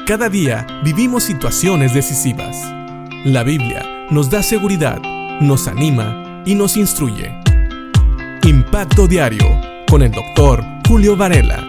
Cada día vivimos situaciones decisivas. La Biblia nos da seguridad, nos anima y nos instruye. Impacto Diario con el Dr. Julio Varela.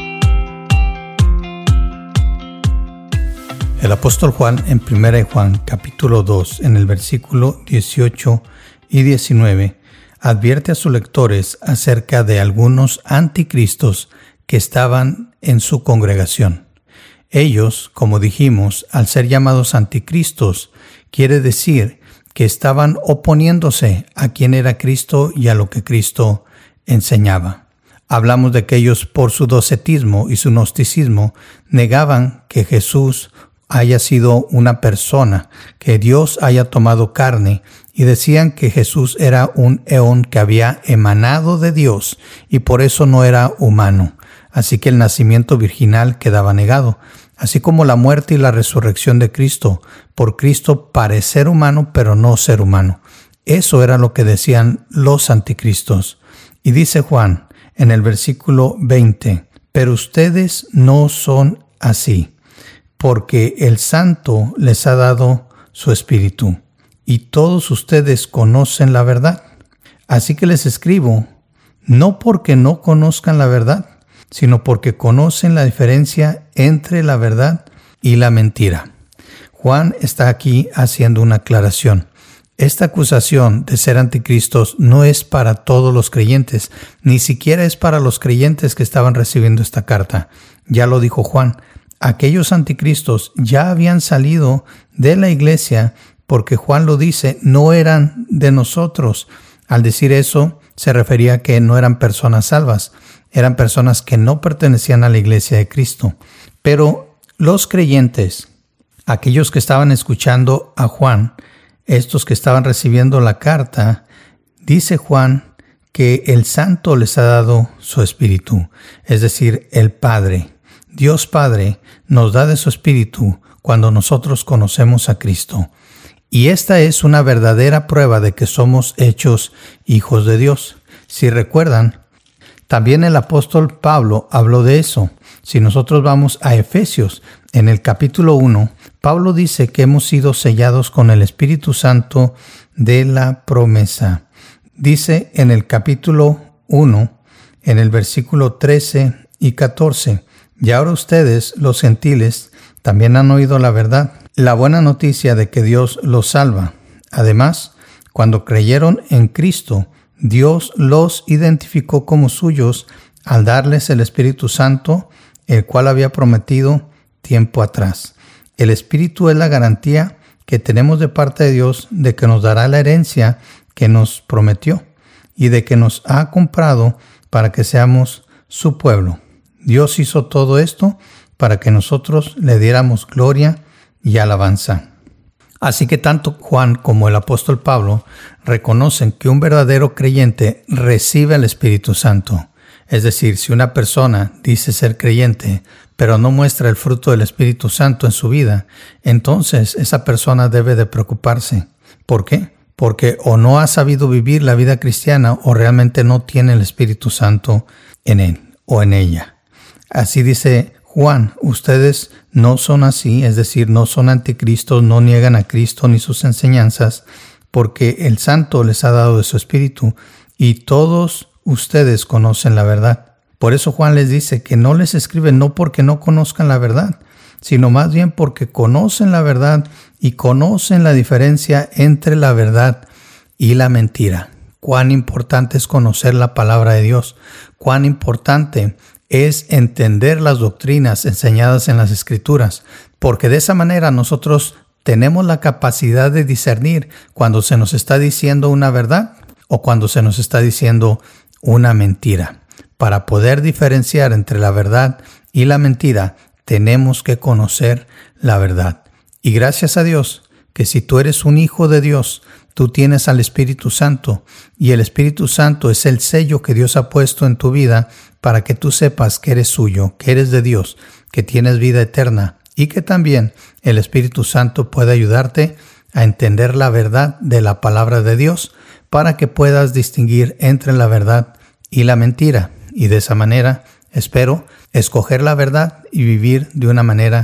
El apóstol Juan en 1 Juan capítulo 2, en el versículo 18 y 19, advierte a sus lectores acerca de algunos anticristos que estaban en su congregación. Ellos, como dijimos, al ser llamados anticristos, quiere decir que estaban oponiéndose a quien era Cristo y a lo que Cristo enseñaba. Hablamos de que ellos, por su docetismo y su gnosticismo, negaban que Jesús haya sido una persona, que Dios haya tomado carne, y decían que Jesús era un eón que había emanado de Dios y por eso no era humano. Así que el nacimiento virginal quedaba negado, así como la muerte y la resurrección de Cristo, por Cristo parecer humano pero no ser humano. Eso era lo que decían los anticristos. Y dice Juan en el versículo 20, pero ustedes no son así, porque el Santo les ha dado su Espíritu, y todos ustedes conocen la verdad. Así que les escribo, no porque no conozcan la verdad, sino porque conocen la diferencia entre la verdad y la mentira. Juan está aquí haciendo una aclaración. Esta acusación de ser anticristos no es para todos los creyentes, ni siquiera es para los creyentes que estaban recibiendo esta carta. Ya lo dijo Juan, aquellos anticristos ya habían salido de la iglesia porque Juan lo dice, no eran de nosotros. Al decir eso, se refería a que no eran personas salvas. Eran personas que no pertenecían a la iglesia de Cristo. Pero los creyentes, aquellos que estaban escuchando a Juan, estos que estaban recibiendo la carta, dice Juan que el Santo les ha dado su Espíritu, es decir, el Padre. Dios Padre nos da de su Espíritu cuando nosotros conocemos a Cristo. Y esta es una verdadera prueba de que somos hechos hijos de Dios. Si recuerdan, también el apóstol Pablo habló de eso. Si nosotros vamos a Efesios, en el capítulo 1, Pablo dice que hemos sido sellados con el Espíritu Santo de la promesa. Dice en el capítulo 1, en el versículo 13 y 14, y ahora ustedes, los gentiles, también han oído la verdad, la buena noticia de que Dios los salva. Además, cuando creyeron en Cristo, Dios los identificó como suyos al darles el Espíritu Santo, el cual había prometido tiempo atrás. El Espíritu es la garantía que tenemos de parte de Dios de que nos dará la herencia que nos prometió y de que nos ha comprado para que seamos su pueblo. Dios hizo todo esto para que nosotros le diéramos gloria y alabanza. Así que tanto Juan como el apóstol Pablo reconocen que un verdadero creyente recibe el Espíritu Santo. Es decir, si una persona dice ser creyente, pero no muestra el fruto del Espíritu Santo en su vida, entonces esa persona debe de preocuparse. ¿Por qué? Porque o no ha sabido vivir la vida cristiana o realmente no tiene el Espíritu Santo en él o en ella. Así dice Juan, ustedes no son así, es decir, no son anticristos, no niegan a Cristo ni sus enseñanzas, porque el Santo les ha dado de su Espíritu y todos ustedes conocen la verdad. Por eso Juan les dice que no les escribe no porque no conozcan la verdad, sino más bien porque conocen la verdad y conocen la diferencia entre la verdad y la mentira. Cuán importante es conocer la palabra de Dios, cuán importante es entender las doctrinas enseñadas en las Escrituras, porque de esa manera nosotros tenemos la capacidad de discernir cuando se nos está diciendo una verdad o cuando se nos está diciendo una mentira. Para poder diferenciar entre la verdad y la mentira, tenemos que conocer la verdad. Y gracias a Dios que si tú eres un hijo de Dios, tú tienes al Espíritu Santo y el Espíritu Santo es el sello que Dios ha puesto en tu vida para que tú sepas que eres suyo, que eres de Dios, que tienes vida eterna y que también el Espíritu Santo puede ayudarte a entender la verdad de la palabra de Dios para que puedas distinguir entre la verdad y la mentira. Y de esa manera, espero, escoger la verdad y vivir de una manera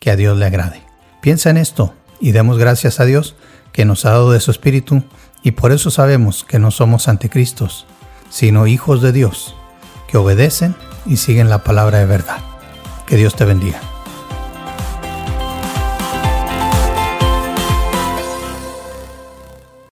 que a Dios le agrade. Piensa en esto y demos gracias a Dios que nos ha dado de su Espíritu, y por eso sabemos que no somos anticristos, sino hijos de Dios, que obedecen y siguen la palabra de verdad. Que Dios te bendiga.